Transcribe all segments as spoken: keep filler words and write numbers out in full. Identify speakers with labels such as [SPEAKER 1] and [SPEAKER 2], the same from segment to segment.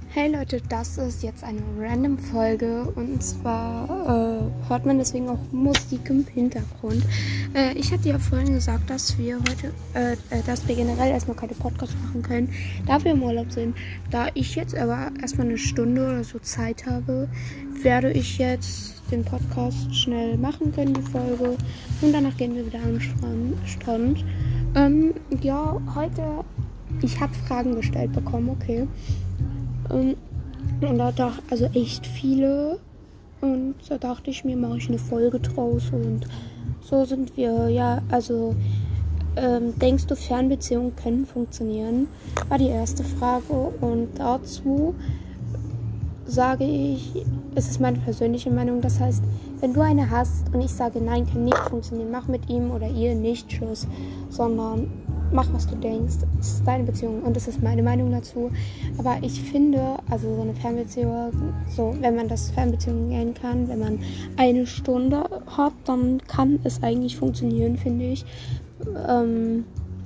[SPEAKER 1] Hey Leute, das ist jetzt eine random Folge und zwar äh, hört man deswegen auch Musik im Hintergrund. Äh, ich hatte ja vorhin gesagt, dass wir heute, äh, äh, dass wir generell erstmal keine Podcasts machen können, da wir im Urlaub sind. Da ich jetzt aber erstmal eine Stunde oder so Zeit habe, werde ich jetzt den Podcast schnell machen können, die Folge, und danach gehen wir wieder am Strand. Ähm, ja, heute, ich habe Fragen gestellt bekommen, okay. Und da dachte also echt viele. Und da dachte ich mir, mache ich eine Folge draus. Und so sind wir, ja, also ähm, denkst du, Fernbeziehungen können funktionieren? War die erste Frage. Und dazu sage ich, es ist meine persönliche Meinung. Das heißt, wenn du eine hast und ich sage, nein, kann nicht funktionieren, mach mit ihm oder ihr nicht Schluss, sondern mach, was du denkst. Es ist deine Beziehung und das ist meine Meinung dazu. Aber ich finde, also so eine Fernbeziehung, so, wenn man das Fernbeziehung nennen kann, wenn man eine Stunde hat, dann kann es eigentlich funktionieren, finde ich. Ähm,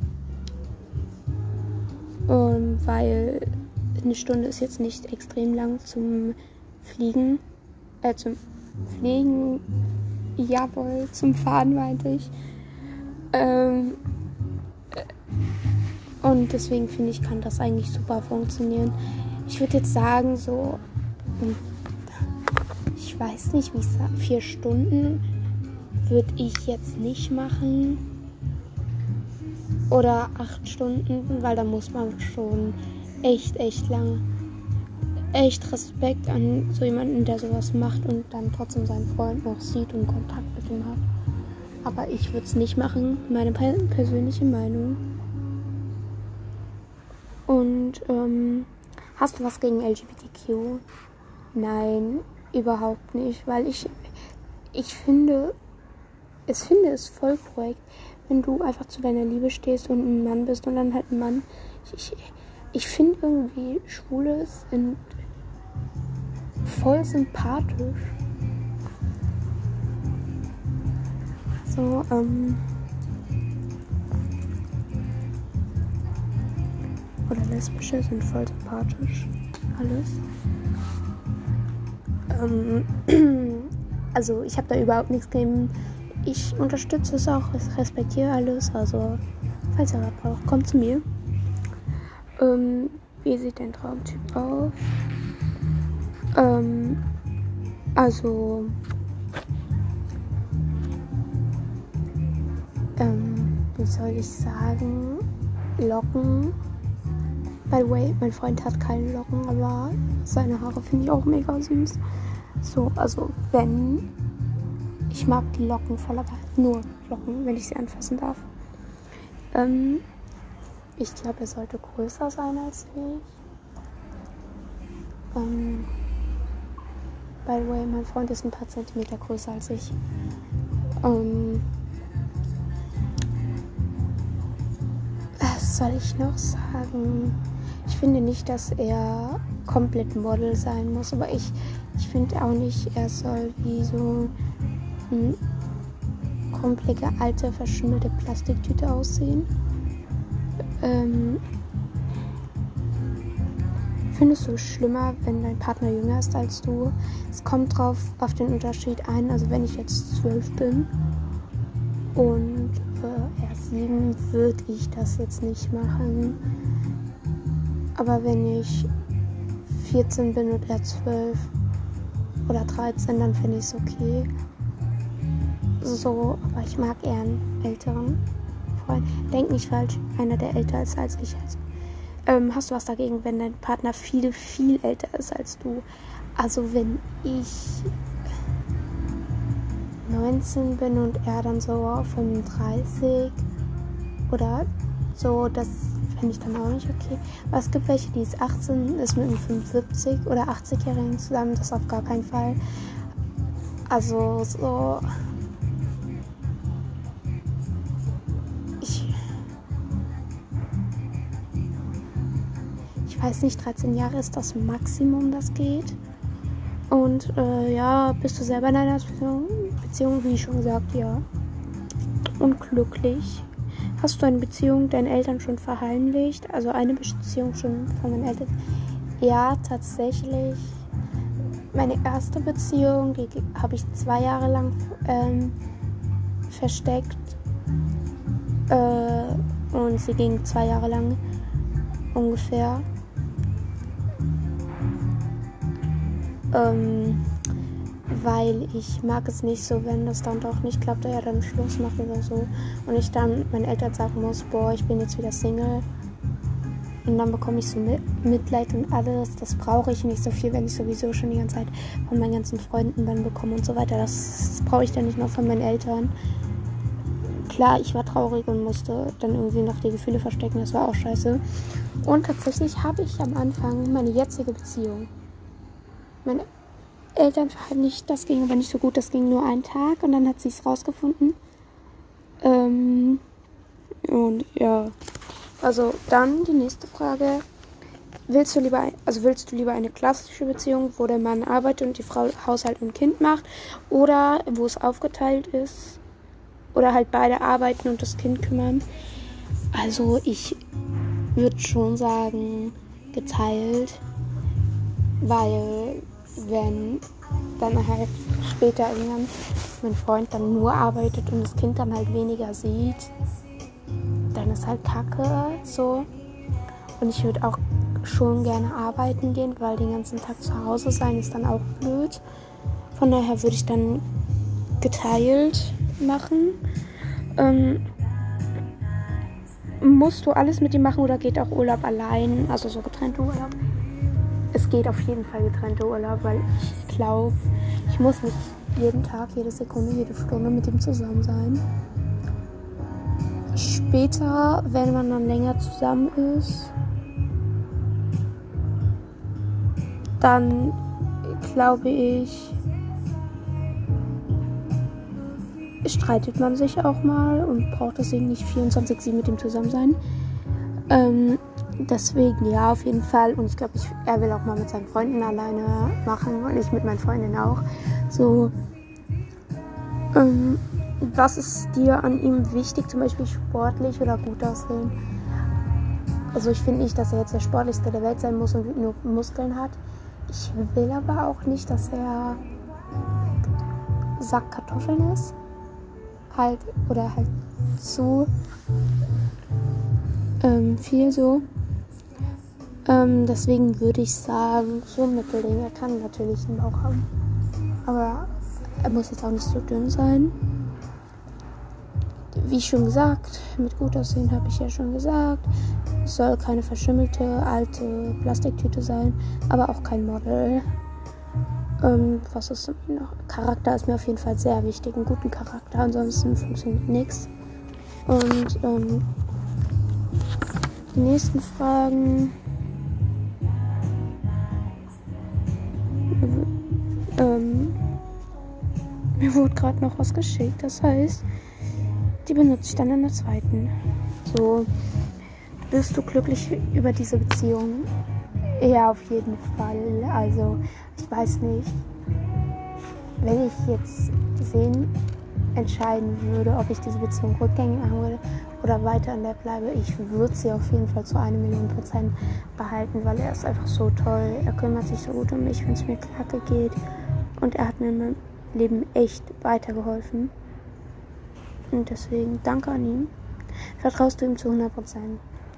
[SPEAKER 1] ähm, weil eine Stunde ist jetzt nicht extrem lang zum Fliegen, äh, zum Fliegen, jawohl, zum Fahren meinte ich. Ähm, Und deswegen finde ich, kann das eigentlich super funktionieren. Ich würde jetzt sagen, so, ich weiß nicht, wie ich sage, vier Stunden würde ich jetzt nicht machen. Oder acht Stunden, weil da muss man schon echt, echt lange, echt Respekt an so jemanden, der sowas macht und dann trotzdem seinen Freund noch sieht und Kontakt mit ihm hat. Aber ich würde es nicht machen, meine persönliche Meinung. Und ähm, hast du was gegen L G B T Q? Nein, überhaupt nicht, weil ich ich finde, ich finde es voll korrekt, wenn du einfach zu deiner Liebe stehst und ein Mann bist und dann halt ein Mann. Ich, ich, ich finde irgendwie, Schwule sind voll sympathisch. So, ähm... oder Lesbische sind voll sympathisch. Alles. Ähm, also ich habe da überhaupt nichts gegen. Ich unterstütze es auch, ich respektiere alles. Also, falls ihr was braucht, kommt zu mir. Ähm, wie sieht dein Traumtyp aus? Ähm, also, ähm, wie soll ich sagen? Locken. By the way, mein Freund hat keine Locken, aber seine Haare finde ich auch mega süß. So, also wenn, ich mag die Locken voll, aber nur Locken, wenn ich sie anfassen darf. Ähm, ich glaube, er sollte größer sein als ich. Ähm, by the way, mein Freund ist ein paar Zentimeter größer als ich. Ähm, was soll ich noch sagen? Ich finde nicht, dass er komplett Model sein muss, aber ich, ich finde auch nicht, er soll wie so eine komplette, alte, verschimmelte Plastiktüte aussehen. Ähm, findest du es schlimmer, wenn dein Partner jünger ist als du? Es kommt drauf auf den Unterschied ein. Also wenn ich jetzt zwölf bin und äh, er sieben, würde ich das jetzt nicht machen. Aber wenn ich vierzehn bin und er zwölf oder dreizehn, dann finde ich es okay. So, aber ich mag eher einen älteren Freund. Denk nicht falsch, einer, der älter ist als ich. Also, ähm, hast du was dagegen, wenn dein Partner viel, viel älter ist als du? Also wenn ich neunzehn bin und er dann so fünfunddreißig oder so, das finde ich dann auch nicht okay. Aber es gibt welche, die ist achtzehn, ist mit einem fünfundsiebzig oder achtzig-Jährigen zusammen, das auf gar keinen Fall. Also so, ich, ich weiß nicht, dreizehn Jahre ist das Maximum, das geht. Und äh, ja, bist du selber in einer Beziehung, Beziehung, wie schon gesagt, ja. Und glücklich. Hast du eine Beziehung deinen Eltern schon verheimlicht? Also eine Beziehung schon von meinen Eltern? Ja, tatsächlich. Meine erste Beziehung, die habe ich zwei Jahre lang ähm, versteckt. Äh, und sie ging zwei Jahre lang ungefähr. Ähm, weil ich mag es nicht so, wenn das dann doch nicht klappt, oder ja dann Schluss macht oder so. Und ich dann meinen Eltern sagen muss, boah, ich bin jetzt wieder Single. Und dann bekomme ich so Mitleid und alles. Das brauche ich nicht so viel, wenn ich sowieso schon die ganze Zeit von meinen ganzen Freunden dann bekomme und so weiter. Das brauche ich dann nicht noch von meinen Eltern. Klar, ich war traurig und musste dann irgendwie noch die Gefühle verstecken. Das war auch scheiße. Und tatsächlich habe ich am Anfang meine jetzige Beziehung. Meine Eltern verhalten nicht, das ging aber nicht so gut. Das ging nur einen Tag und dann hat sie es rausgefunden. Ähm, und ja... Also dann die nächste Frage. Willst du lieber, also willst du lieber eine klassische Beziehung, wo der Mann arbeitet und die Frau Haushalt und Kind macht, oder wo es aufgeteilt ist, oder halt beide arbeiten und das Kind kümmern? Also ich würde schon sagen geteilt, weil wenn dann halt später irgendwann mein Freund dann nur arbeitet und das Kind dann halt weniger sieht, dann ist halt kacke, so. Und ich würde auch schon gerne arbeiten gehen, weil den ganzen Tag zu Hause sein ist dann auch blöd. Von daher würde ich dann geteilt machen. Ähm, musst du alles mit ihm machen oder geht auch Urlaub allein? Also so getrennte Urlaub? Es geht auf jeden Fall getrennte Urlaub, weil ich glaube, ich muss nicht jeden Tag, jede Sekunde, jede Stunde mit ihm zusammen sein. Später, wenn man dann länger zusammen ist, dann glaube ich, streitet man sich auch mal und braucht deswegen nicht vierundzwanzig sieben mit ihm zusammen sein. Ähm, deswegen ja, auf jeden Fall. Und ich glaube, er will auch mal mit seinen Freunden alleine machen und ich mit meinen Freundinnen auch. So, ähm, was ist dir an ihm wichtig, zum Beispiel sportlich oder gut aussehen? Also ich finde nicht, dass er jetzt der sportlichste der Welt sein muss und nur Muskeln hat. Ich will aber auch nicht, dass er Sack Kartoffeln ist. Halt, oder halt zu ähm, viel so. Ähm, deswegen würde ich sagen, so ein Mittelding. Er kann natürlich einen Bauch haben. Aber er muss jetzt auch nicht so dünn sein. Wie schon gesagt, mit gut aussehen habe ich ja schon gesagt. Es soll keine verschimmelte, alte Plastiktüte sein, aber auch kein Model. Ähm, was ist noch? Charakter ist mir auf jeden Fall sehr wichtig, einen guten Charakter, ansonsten funktioniert nichts. Und ähm, die nächsten Fragen. Ähm, mir wurde gerade noch was geschickt, das heißt, die benutze ich dann in der zweiten. So, bist du glücklich über diese Beziehung? Ja, auf jeden Fall. Also, ich weiß nicht, wenn ich jetzt sehen, entscheiden würde, ob ich diese Beziehung rückgängig machen würde oder weiter an der bleibe, ich würde sie auf jeden Fall zu einer Million Prozent behalten, weil er ist einfach so toll. Er kümmert sich so gut um mich, wenn es mir kacke geht. Und er hat mir in meinem Leben echt weitergeholfen. Und deswegen danke an ihn. Vertraust du ihm zu hundert Prozent?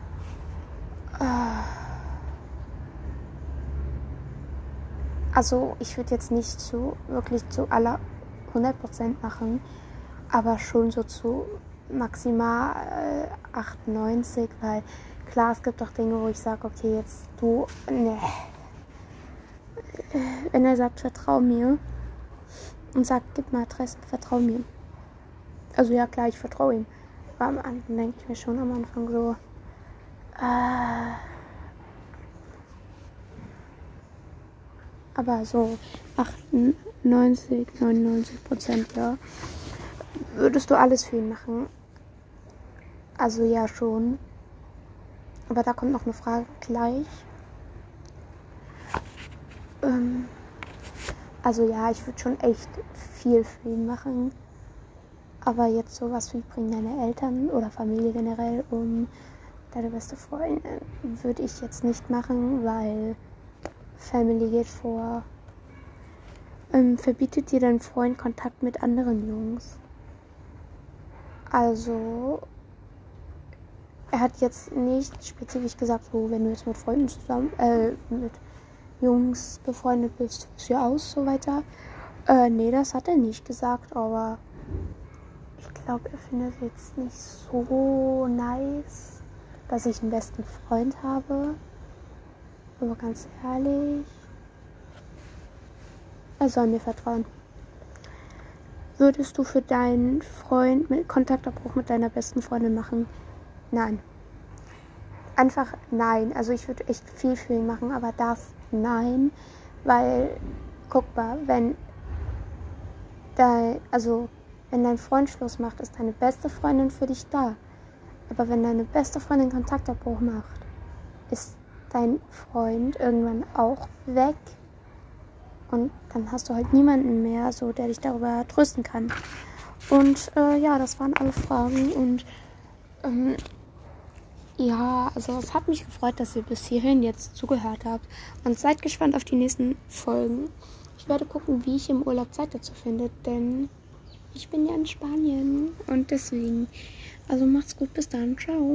[SPEAKER 1] Also ich würde jetzt nicht zu wirklich zu aller hundert Prozent machen, aber schon so zu maximal äh, achtundneunzig, weil klar, es gibt auch Dinge, wo ich sage, okay, jetzt du, ne. Wenn er sagt, vertrau mir und sagt, gib mal Adresse, vertrau mir. Also ja, klar, ich vertraue ihm. Aber am Anfang denke ich mir schon am Anfang so, äh, aber so achtundneunzig, neunundneunzig Prozent, ja. Würdest du alles für ihn machen? Also ja, schon. Aber da kommt noch eine Frage gleich. Ähm, also ja, ich würde schon echt viel für ihn machen. Aber jetzt sowas wie bringen deine Eltern oder Familie generell um, deine beste Freundin, würde ich jetzt nicht machen, weil Family geht vor. Ähm, verbietet dir dein Freund Kontakt mit anderen Jungs? Also, er hat jetzt nicht spezifisch gesagt, so, wenn du jetzt mit Freunden zusammen, äh, mit Jungs befreundet bist, ist ja aus, so weiter. Äh, nee, das hat er nicht gesagt, aber ich glaube, er findet es jetzt nicht so nice, dass ich einen besten Freund habe. Aber ganz ehrlich, er soll mir vertrauen. Würdest du für deinen Freund mit Kontaktabbruch mit deiner besten Freundin machen? Nein. Einfach nein. Also ich würde echt viel für ihn machen, aber das nein. Weil, guck mal, wenn dein, also wenn dein Freund Schluss macht, ist deine beste Freundin für dich da. Aber wenn deine beste Freundin Kontaktabbruch macht, ist dein Freund irgendwann auch weg. Und dann hast du halt niemanden mehr, so der dich darüber trösten kann. Und äh, ja, das waren alle Fragen. Und ähm, ja, also es hat mich gefreut, dass ihr bis hierhin jetzt zugehört habt. Und seid gespannt auf die nächsten Folgen. Ich werde gucken, wie ich im Urlaub Zeit dazu finde, denn ich bin ja in Spanien. Und deswegen, also macht's gut, bis dann, ciao.